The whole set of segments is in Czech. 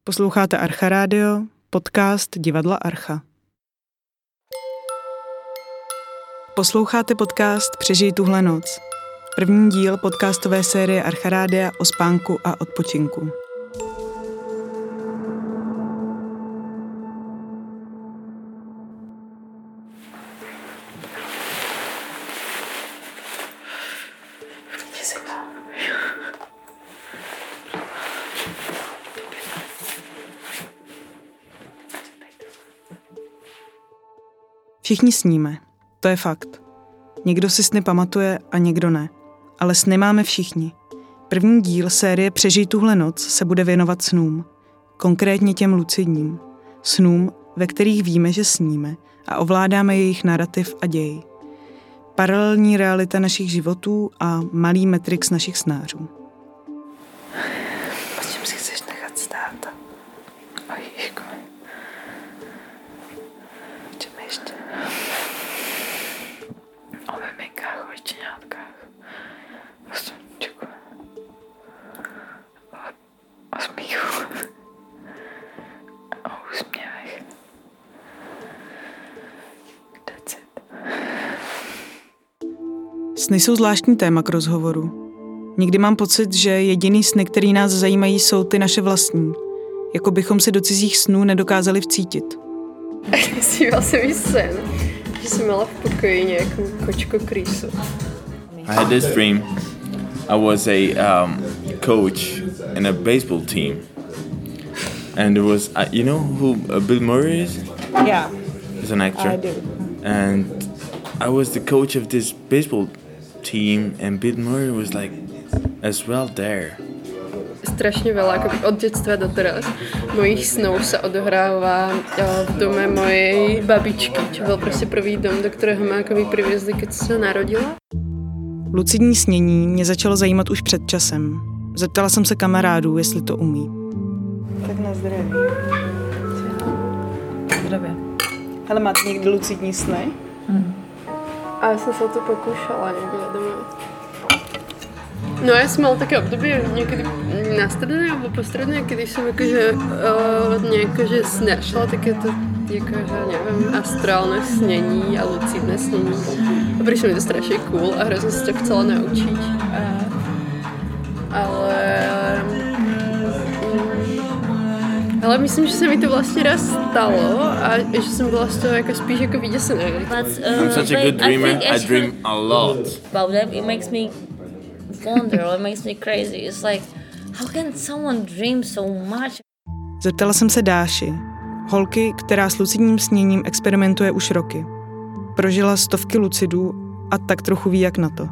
Posloucháte Archa Radio, podcast Divadla Archa. Posloucháte podcast Přežij tuhle noc. První díl podcastové série Archa Rádia o spánku a odpočinku. Všichni sníme, to je fakt. Někdo si sny pamatuje a někdo ne. Ale sny máme všichni. První díl série Přežij tuhle noc se bude věnovat snům. Konkrétně těm lucidním. Snům, ve kterých víme, že sníme a ovládáme jejich narrativ a děj. Paralelní realita našich životů a malý matrix našich snářů. Po čem si chceš nechat stát? O Ježíšku. Čem ještě? O miminkách, o čeňátkách. O sluníčku. O smíchu. O úsměvech. That's it. Sny jsou zvláštní téma k rozhovoru. Někdy mám pocit, že jediný sny, který nás zajímají, jsou ty naše vlastní. Jako bychom se do cizích snů nedokázali vcítit. Sníval jsem jí sen, že jsem měla v pokoji nějakou kočku Krysu. I had this dream. I was a coach in a baseball team. And there was, you know who Bill Murray is? Yeah. He's an actor. I do. And I was the coach of this baseball team and Bill Murray was like as well there. Strašně veľa, jako od dětstva do teraz. Mojich snů se odohrává v dome mojej babičky, čo byl prostě první dom, do kterého mě jako priviezli, keď se narodila. Lucidní snění mě začalo zajímat už před časem. Zeptala jsem se kamarádů, jestli to umí. Tak na zdraví. Zdravě. Hele, máte někdy lucidní sny? A já jsem se to pokúšala někde doma. No já jsem mala také období někdy na strednej alebo po strednej, když jsem jakože nějakože snašla takéto jakože, nevím, astrálne snění a lucidné snění. A přišlo mi to strašně cool a hrozně se to chcela naučit. Ale myslím, že se mi to vlastně raz stalo a že jsem byla z toho jako spíš jako vyděsená. I'm such a good dreamer. I dream a lot. About them, it makes me wonder, it makes me crazy. It's like, how can someone dream so much? Zeptala jsem se Dáši, holky, která s lucidním sněním experimentuje už roky. Prožila stovky lucidů a tak trochu ví, jak na to.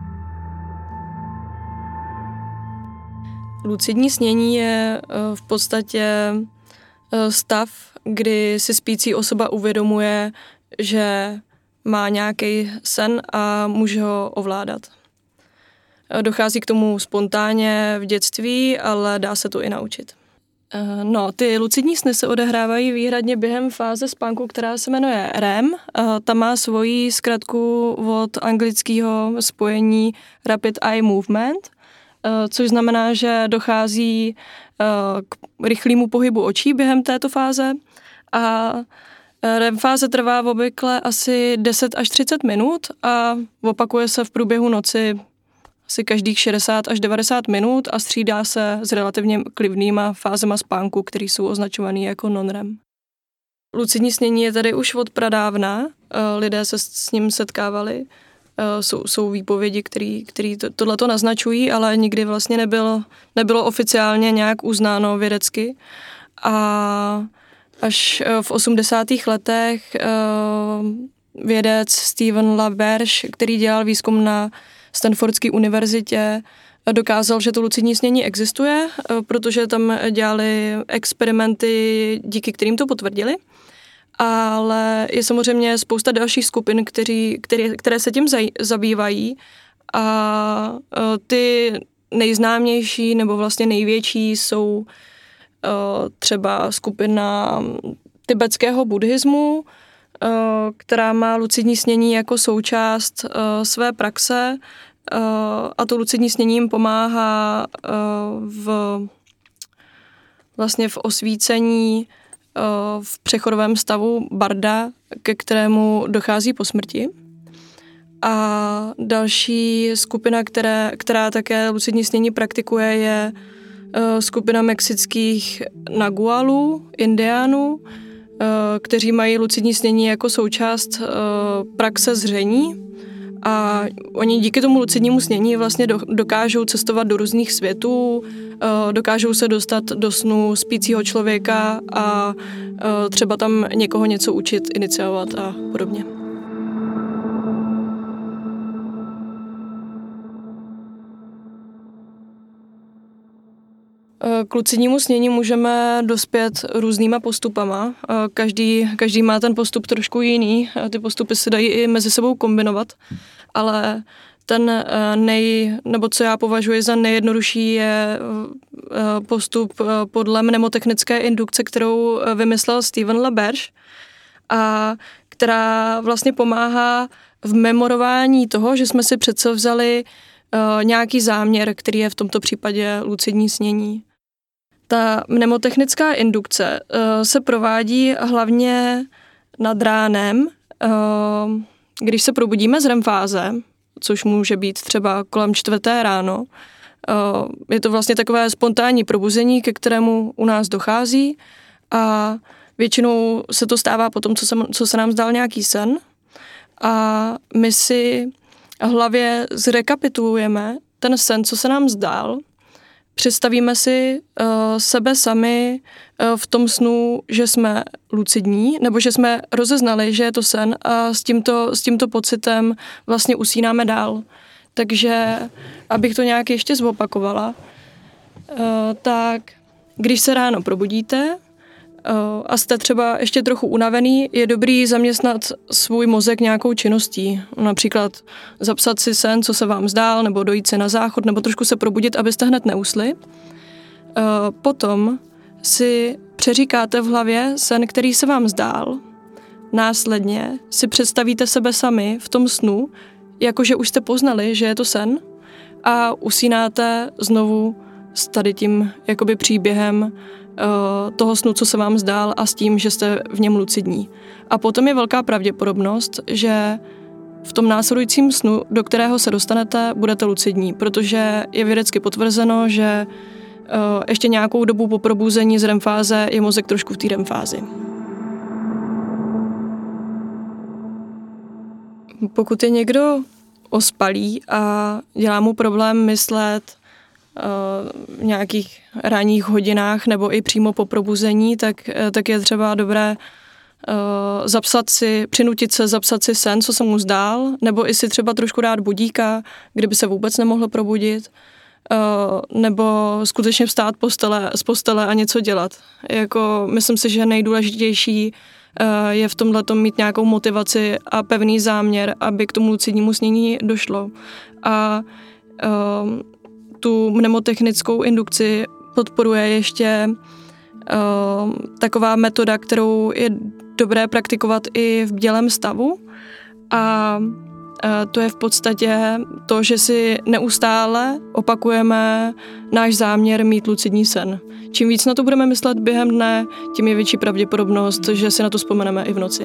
Lucidní snění je v podstatě stav, kdy si spící osoba uvědomuje, že má nějaký sen a může ho ovládat. Dochází k tomu spontánně v dětství, ale dá se to i naučit. No, ty lucidní sny se odehrávají výhradně během fáze spánku, která se jmenuje REM. Ta má svoji zkratku od anglického spojení Rapid Eye Movement, což znamená, že dochází k rychlému pohybu očí během této fáze a REM fáze trvá obvykle asi 10 až 30 minut a opakuje se v průběhu noci asi každých 60 až 90 minut a střídá se s relativně klidnýma fázema spánku, které jsou označované jako non-REM. Lucidní snění je tady už od pradávna, lidé se s ním setkávali, jsou výpovědi, které tohleto naznačují, ale nikdy vlastně nebylo oficiálně nějak uznáno vědecky. A až v 80. letech vědec Steven LaBerge, který dělal výzkum na Stanfordské univerzitě, dokázal, že to lucidní snění existuje, protože tam dělali experimenty, díky kterým to potvrdili. Ale je samozřejmě spousta dalších skupin, které se tím zabývají a ty nejznámější nebo vlastně největší jsou třeba skupina tibetského buddhismu, která má lucidní snění jako součást své praxe a to lucidní snění jim pomáhá v vlastně v osvícení v přechodovém stavu barda, ke kterému dochází po smrti. A další skupina, která také lucidní snění praktikuje, je skupina mexických nagualů, indiánů, kteří mají lucidní snění jako součást praxe zření. A oni díky tomu lucidnímu snění vlastně dokážou cestovat do různých světů, dokážou se dostat do snu spícího člověka a třeba tam někoho něco učit, iniciovat a podobně. K lucidnímu snění můžeme dospět různýma postupama. Každý má ten postup trošku jiný. Ty postupy se dají i mezi sebou kombinovat, ale ten nebo co já považuji za nejjednodušší, je postup podle mnemotechnické indukce, kterou vymyslel Stephen LaBerge a která vlastně pomáhá v memorování toho, že jsme si předsevzali nějaký záměr, který je v tomto případě lucidní snění. Ta mnemotechnická indukce se provádí hlavně nad ránem, když se probudíme z REM fáze, což může být třeba kolem 4. ráno. Je to vlastně takové spontánní probuzení, ke kterému u nás dochází a většinou se to stává potom, co se nám zdál nějaký sen a my si v hlavě zrekapitulujeme ten sen, co se nám zdál, představíme si sebe sami v tom snu, že jsme lucidní, nebo že jsme rozeznali, že je to sen a s tímto pocitem vlastně usínáme dál. Takže, abych to nějak ještě zopakovala, tak když se ráno probudíte a jste třeba ještě trochu unavený, je dobrý zaměstnat svůj mozek nějakou činností. Například zapsat si sen, co se vám zdál, nebo dojít si na záchod, nebo trošku se probudit, abyste hned neusli. Potom si přeříkáte v hlavě sen, který se vám zdál. Následně si představíte sebe sami v tom snu, jakože už jste poznali, že je to sen a usínáte znovu s tady tím jakoby příběhem toho snu, co se vám zdál a s tím, že jste v něm lucidní. A potom je velká pravděpodobnost, že v tom následujícím snu, do kterého se dostanete, budete lucidní, protože je vědecky potvrzeno, že ještě nějakou dobu po probuzení z REM fáze je mozek trošku v té REM fázi. Pokud je někdo ospalý a dělá mu problém myslet v nějakých ranních hodinách nebo i přímo po probuzení, tak je třeba dobré přinutit se zapsat si sen, co se mu zdál, nebo i si třeba trošku dát budíka, kdyby se vůbec nemohl probudit, nebo skutečně vstát z postele a něco dělat. Myslím si, že nejdůležitější je v tomhletom mít nějakou motivaci a pevný záměr, aby k tomu lucidnímu snění došlo. A tu mnemotechnickou indukci podporuje ještě taková metoda, kterou je dobré praktikovat i v bdělém stavu. A to je v podstatě to, že si neustále opakujeme náš záměr mít lucidní sen. Čím víc na to budeme myslet během dne, tím je větší pravděpodobnost, že si na to vzpomeneme i v noci.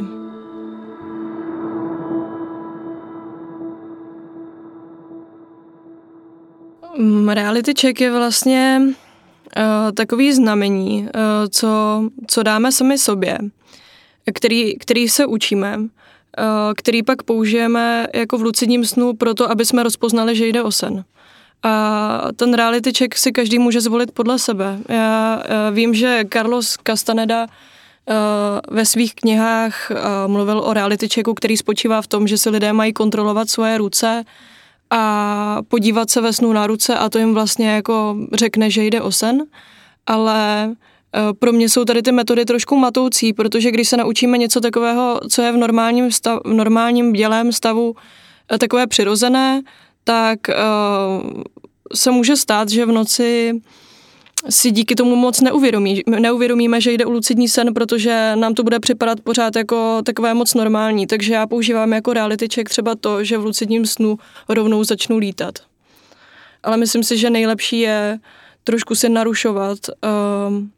Reality check je vlastně takový znamení, co dáme sami sobě, který se učíme, který pak použijeme jako v lucidním snu proto, aby jsme rozpoznali, že jde o sen. A ten reality check si každý může zvolit podle sebe. Já vím, že Carlos Castaneda ve svých knihách mluvil o reality checku, který spočívá v tom, že si lidé mají kontrolovat svoje ruce a podívat se ve snu na ruce a to jim vlastně jako řekne, že jde o sen, ale pro mě jsou tady ty metody trošku matoucí, protože když se naučíme něco takového, co je v normálním bdělém stavu takové přirozené, tak se může stát, že v noci si díky tomu moc neuvědomíme, že jde o lucidní sen, protože nám to bude připadat pořád jako takové moc normální. Takže já používám jako reality check třeba to, že v lucidním snu rovnou začnu lítat. Ale myslím si, že nejlepší je trošku si narušovat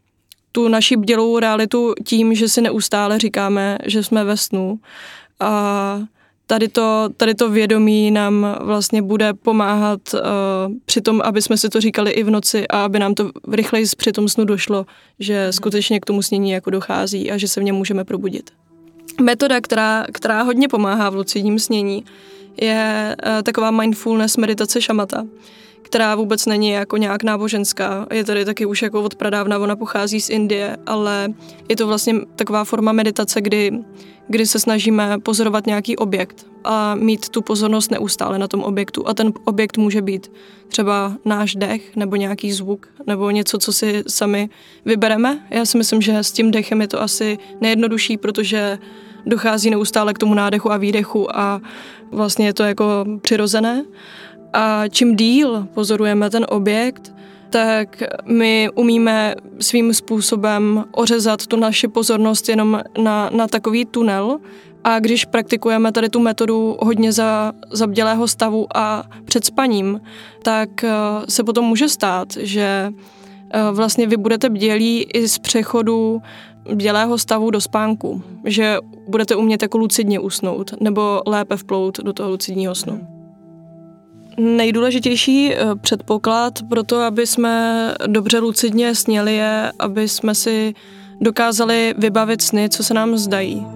tu naši bdělou realitu tím, že si neustále říkáme, že jsme ve snu. A tady to vědomí nám vlastně bude pomáhat při tom, aby jsme si to říkali i v noci a aby nám to rychleji při tom snu došlo, že skutečně k tomu snění jako dochází a že se v něm můžeme probudit. Metoda, která hodně pomáhá v lucidním snění, je taková mindfulness meditace šamata, která vůbec není jako nějak náboženská. Je tady taky už jako od pradávna, ona pochází z Indie, ale je to vlastně taková forma meditace, kdy se snažíme pozorovat nějaký objekt a mít tu pozornost neustále na tom objektu. A ten objekt může být třeba náš dech nebo nějaký zvuk nebo něco, co si sami vybereme. Já si myslím, že s tím dechem je to asi nejjednodušší, protože dochází neustále k tomu nádechu a výdechu a vlastně je to jako přirozené. A čím díl pozorujeme ten objekt, tak my umíme svým způsobem ořezat tu naši pozornost jenom na takový tunel. A když praktikujeme tady tu metodu hodně za bdělého stavu a před spaním, tak se potom může stát, že vlastně vy budete bdělí i z přechodu bdělého stavu do spánku. Že budete umět jako lucidně usnout nebo lépe vplout do toho lucidního snu. Nejdůležitější předpoklad pro to, aby jsme dobře lucidně sněli, je, aby jsme si dokázali vybavit sny, co se nám zdají.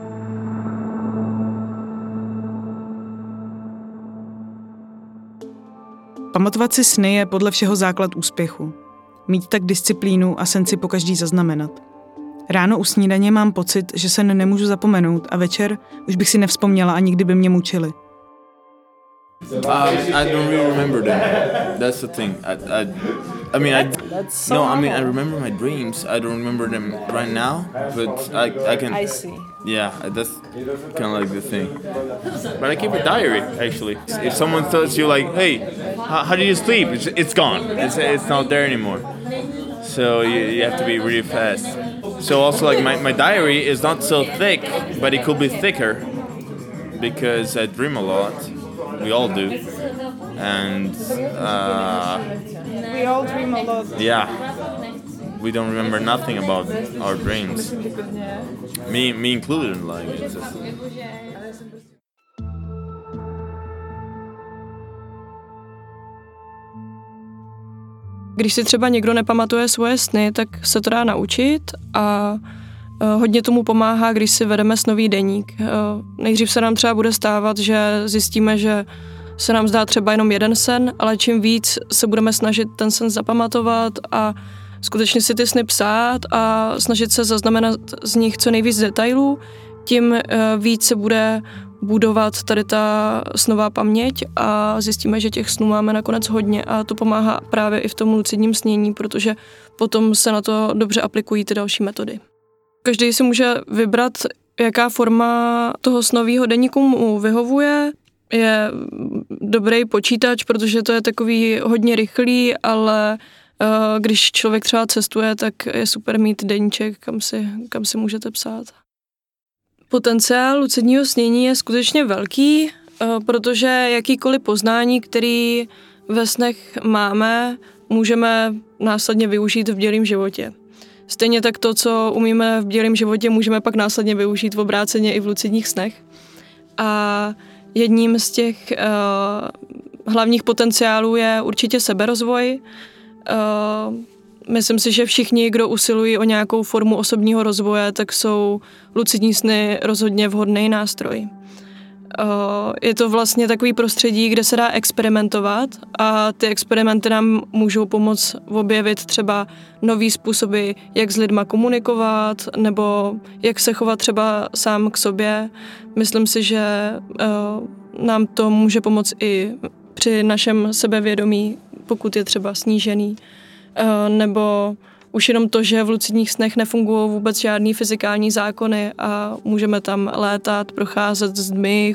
Pamatovat si sny je podle všeho základ úspěchu. Mít tak disciplínu a sen si pokaždý zaznamenat. Ráno u snídaně mám pocit, že sen nemůžu zapomenout a večer už bych si nevzpomněla a nikdy by mě mučili. I don't really remember them. That's the thing. I remember my dreams. I don't remember them right now, but I can. I see. Yeah, that's kind of like the thing. But I keep a diary actually. If someone tells you like, "Hey, how did you sleep?" It's gone. It's not there anymore. So you have to be really fast. So also like my diary is not so thick, but it could be thicker because I dream a lot. We all do, and We all dream a lot. yeah, we don't remember nothing about our dreams. Me included, like it's just... Když si třeba někdo nepamatuje svoje sny, tak se to dá naučit a hodně tomu pomáhá, když si vedeme snový deník. Nejdřív se nám třeba bude stávat, že zjistíme, že se nám zdá třeba jenom jeden sen, ale čím víc se budeme snažit ten sen zapamatovat a skutečně si ty sny psát a snažit se zaznamenat z nich co nejvíc detailů, tím víc se bude budovat tady ta snová paměť a zjistíme, že těch snů máme nakonec hodně a to pomáhá právě i v tom lucidním snění, protože potom se na to dobře aplikují ty další metody. Každý si může vybrat, jaká forma toho snového deníku mu vyhovuje. Je dobrý počítač, protože to je takový hodně rychlý, ale když člověk třeba cestuje, tak je super mít deníček, kam si můžete psát. Potenciál lucidního snění je skutečně velký, protože jakýkoliv poznání, který ve snech máme, můžeme následně využít v bdělém životě. Stejně tak to, co umíme v bdělém životě, můžeme pak následně využít v obráceně i v lucidních snech. A jedním z těch hlavních potenciálů je určitě seberozvoj. Myslím si, že všichni, kdo usilují o nějakou formu osobního rozvoje, tak jsou lucidní sny rozhodně vhodný nástroj. Je to vlastně takový prostředí, kde se dá experimentovat a ty experimenty nám můžou pomoct objevit třeba nový způsoby, jak s lidma komunikovat nebo jak se chovat třeba sám k sobě. Myslím si, že nám to může pomoct i při našem sebevědomí, pokud je třeba snížený, nebo už jenom to, že v lucidních snech nefungují vůbec žádný fyzikální zákony a můžeme tam létat, procházet s dmy,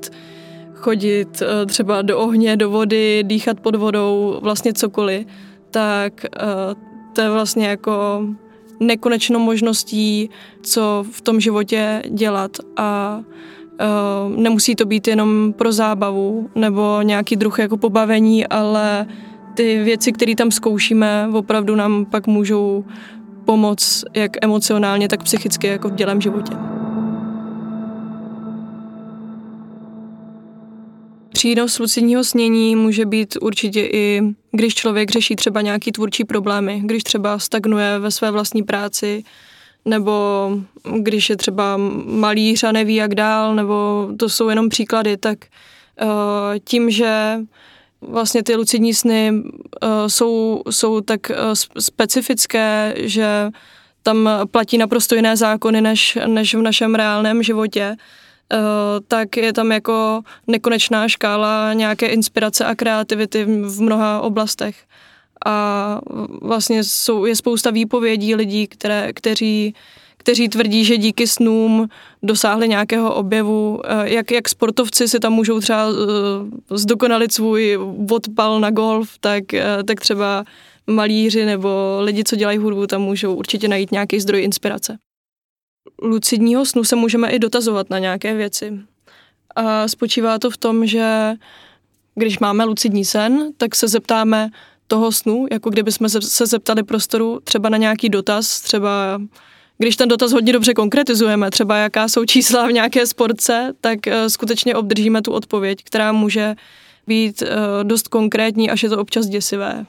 chodit třeba do ohně, do vody, dýchat pod vodou, vlastně cokoliv, tak to je vlastně jako nekonečno možností, co v tom životě dělat a nemusí to být jenom pro zábavu nebo nějaký druh jako pobavení, ale ty věci, které tam zkoušíme, opravdu nám pak můžou pomoc jak emocionálně, tak psychicky jako v dělém životě. Přínos lucidního snění může být určitě i, když člověk řeší třeba nějaký tvůrčí problémy, když třeba stagnuje ve své vlastní práci, nebo když je třeba malíř a neví jak dál, nebo to jsou jenom příklady, tak tím, že vlastně ty lucidní sny jsou tak specifické, že tam platí naprosto jiné zákony než v našem reálném životě, tak je tam jako nekonečná škála nějaké inspirace a kreativity v mnoha oblastech. A vlastně je spousta výpovědí lidí, kteří tvrdí, že díky snům dosáhli nějakého objevu, jak sportovci si tam můžou třeba zdokonalit svůj odpal na golf, tak třeba malíři nebo lidi, co dělají hudbu, tam můžou určitě najít nějaký zdroj inspirace. Lucidního snu se můžeme i dotazovat na nějaké věci. A spočívá to v tom, že když máme lucidní sen, tak se zeptáme toho snu, jako kdybychom se zeptali prostoru třeba na nějaký dotaz, třeba když ten dotaz hodně dobře konkretizujeme, třeba jaká jsou čísla v nějaké sportce, tak skutečně obdržíme tu odpověď, která může být dost konkrétní, až je to občas děsivé.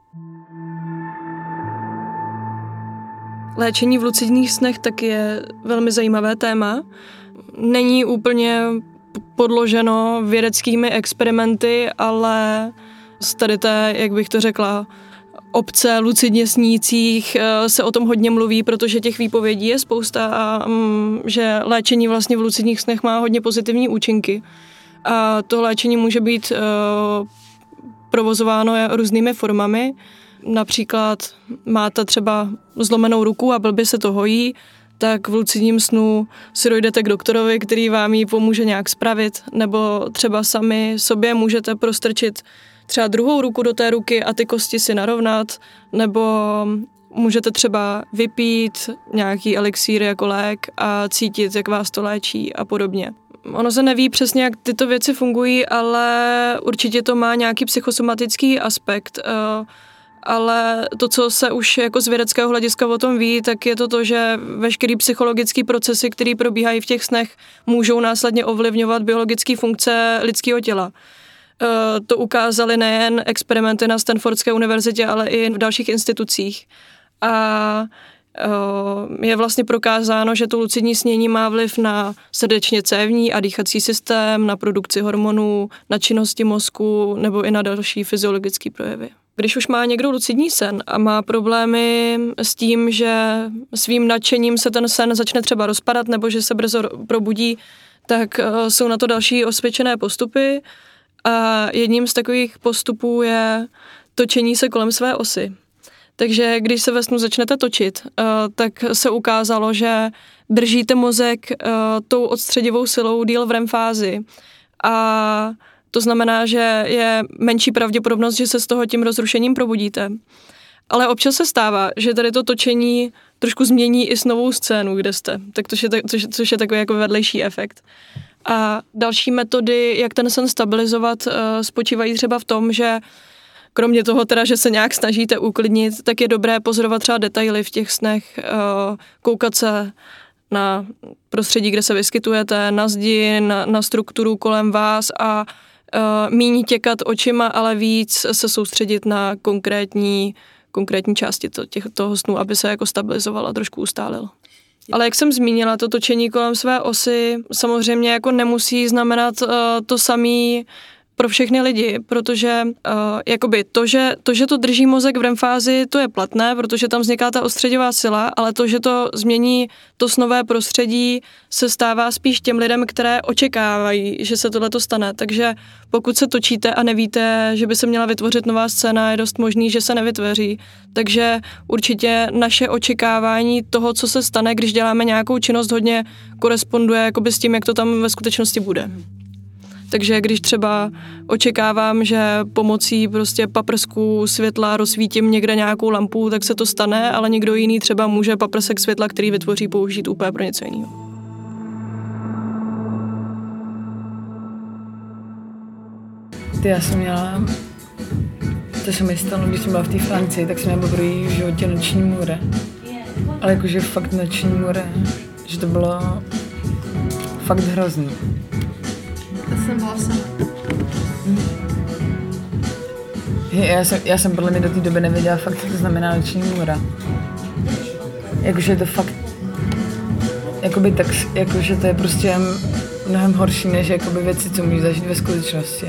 Léčení v lucidních snech tak je velmi zajímavé téma. Není úplně podloženo vědeckými experimenty, ale z tady té, jak bych to řekla, obce lucidně snících se o tom hodně mluví, protože těch výpovědí je spousta a že léčení vlastně v lucidních snech má hodně pozitivní účinky. A to léčení může být provozováno různými formami. Například máte třeba zlomenou ruku a blbě se to hojí, tak v lucidním snu si dojdete k doktorovi, který vám ji pomůže nějak spravit, nebo třeba sami sobě můžete prostrčit třeba druhou ruku do té ruky a ty kosti si narovnat, nebo můžete třeba vypít nějaký elixír jako lék a cítit, jak vás to léčí a podobně. Ono se neví přesně, jak tyto věci fungují, ale určitě to má nějaký psychosomatický aspekt. Ale to, co se už jako z vědeckého hlediska o tom ví, tak je to, že veškerý psychologický procesy, které probíhají v těch snech, můžou následně ovlivňovat biologické funkce lidského těla. To ukázaly nejen experimenty na Stanfordské univerzitě, ale i v dalších institucích. A je vlastně prokázáno, že to lucidní snění má vliv na srdečně cévní a dýchací systém, na produkci hormonů, na činnosti mozku nebo i na další fyziologické projevy. Když už má někdo lucidní sen a má problémy s tím, že svým nadšením se ten sen začne třeba rozpadat nebo že se brzo probudí, tak jsou na to další osvědčené postupy a jedním z takových postupů je točení se kolem své osy. Takže když se ve snu začnete točit, tak se ukázalo, že držíte mozek tou odstředivou silou díl v REM fázi a to znamená, že je menší pravděpodobnost, že se z toho tím rozrušením probudíte. Ale občas se stává, že tady to točení trošku změní i s novou scénu, kde jste. Tak což je takový jako vedlejší efekt. A další metody, jak ten sen stabilizovat, spočívají třeba v tom, že kromě toho teda, že se nějak snažíte uklidnit, tak je dobré pozorovat třeba detaily v těch snech, koukat se na prostředí, kde se vyskytujete, na zdi, na strukturu kolem vás a míň těkat očima, ale víc se soustředit na konkrétní části toho snu, aby se jako stabilizoval a trošku ustálil. Ale jak jsem zmínila, to točení kolem své osy samozřejmě jako nemusí znamenat to samé pro všechny lidi, protože jakoby to, že to drží mozek v REM fázi, to je platné, protože tam vzniká ta odstředivá sila, ale to, že to změní to snové prostředí, se stává spíš těm lidem, které očekávají, že se tohleto stane. Takže pokud se točíte a nevíte, že by se měla vytvořit nová scéna, je dost možný, že se nevytvoří. Takže určitě naše očekávání toho, co se stane, když děláme nějakou činnost, hodně koresponduje jakoby s tím, jak to tam ve skutečnosti bude. Takže když třeba očekávám, že pomocí prostě paprsků světla rozsvítím někde nějakou lampu, tak se to stane, ale někdo jiný třeba může paprsek světla, který vytvoří, použít úplně pro něco jiného. Já jsem měla, to se mi stalo, když jsem byla v té Francii, tak jsem měla poprvé v životě noční můra. Ale jakože fakt noční můra, že to bylo fakt hrozný. Já jsem byla sama. Já jsem podle mě do té doby nevěděla fakt, co to znamená noční můra. Jakože je to fakt, jakoby tak, jakože to je prostě mnohem horší, než jakoby věci, co můžeš zažít ve skutečnosti.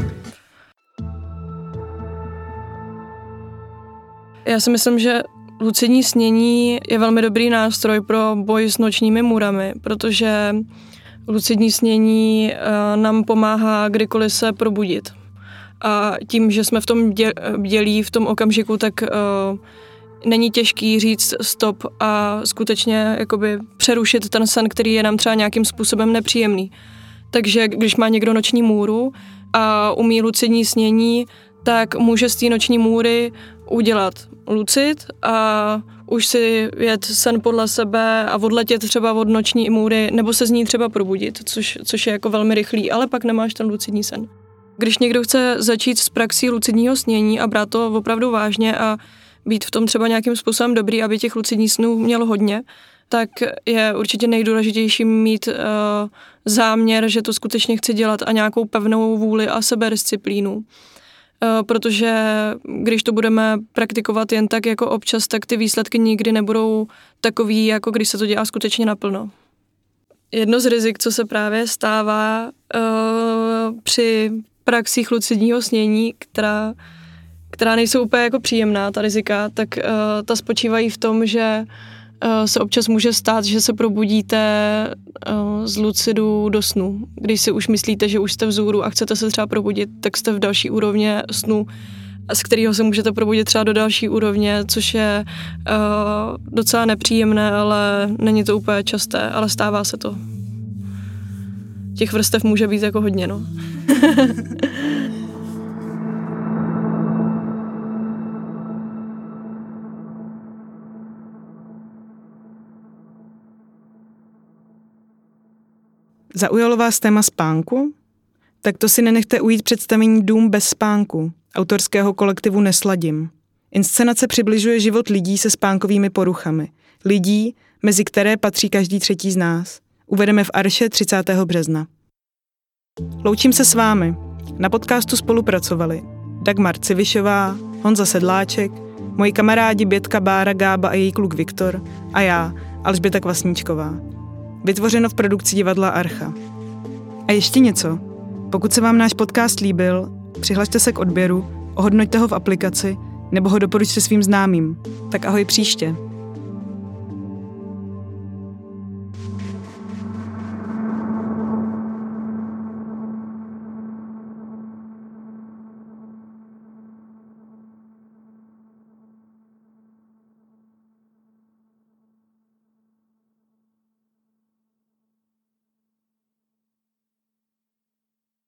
Já si myslím, že lucidní snění je velmi dobrý nástroj pro boj s nočními můrami, protože lucidní snění nám pomáhá kdykoliv se probudit. A tím, že jsme v tom bdělí v tom okamžiku, tak není těžký říct stop a skutečně jakoby přerušit ten sen, který je nám třeba nějakým způsobem nepříjemný. Takže když má někdo noční můru a umí lucidní snění, tak může z té noční můry udělat lucid a už si jet sen podle sebe a odletět třeba od noční můry, nebo se z ní třeba probudit, což je jako velmi rychlý, ale pak nemáš ten lucidní sen. Když někdo chce začít s praxí lucidního snění a brát to opravdu vážně a být v tom třeba nějakým způsobem dobrý, aby těch lucidních snů mělo hodně, tak je určitě nejdůležitější mít záměr, že to skutečně chci dělat a nějakou pevnou vůli a sebedisciplínu. Protože když to budeme praktikovat jen tak jako občas, tak ty výsledky nikdy nebudou takový, jako když se to dělá skutečně naplno. Jedno z rizik, co se právě stává při praxích lucidního snění, která nejsou úplně jako příjemná, ta rizika, tak ta spočívají v tom, že se občas může stát, že se probudíte z lucidu do snu. Když si už myslíte, že už jste vzhůru a chcete se třeba probudit, tak jste v další úrovně snu, z kterého se můžete probudit třeba do další úrovně, což je docela nepříjemné, ale není to úplně časté, ale stává se to. Těch vrstev může být jako hodně, no. Zaujalo vás téma spánku? Tak to si nenechte ujít představení Dům bez spánku, autorského kolektivu Nesladím. Inscenace přibližuje život lidí se spánkovými poruchami. Lidí, mezi které patří každý třetí z nás. Uvedeme v Arše 30. března. Loučím se s vámi. Na podcastu spolupracovali Dagmar Civišová, Honza Sedláček, moji kamarádi Bětka, Bára, Gába a její kluk Viktor a já, Alžběta Kvasníčková. Vytvořeno v produkci divadla Archa. A ještě něco. Pokud se vám náš podcast líbil, přihlašte se k odběru, ohodnoťte ho v aplikaci nebo ho doporučte svým známým. Tak ahoj příště.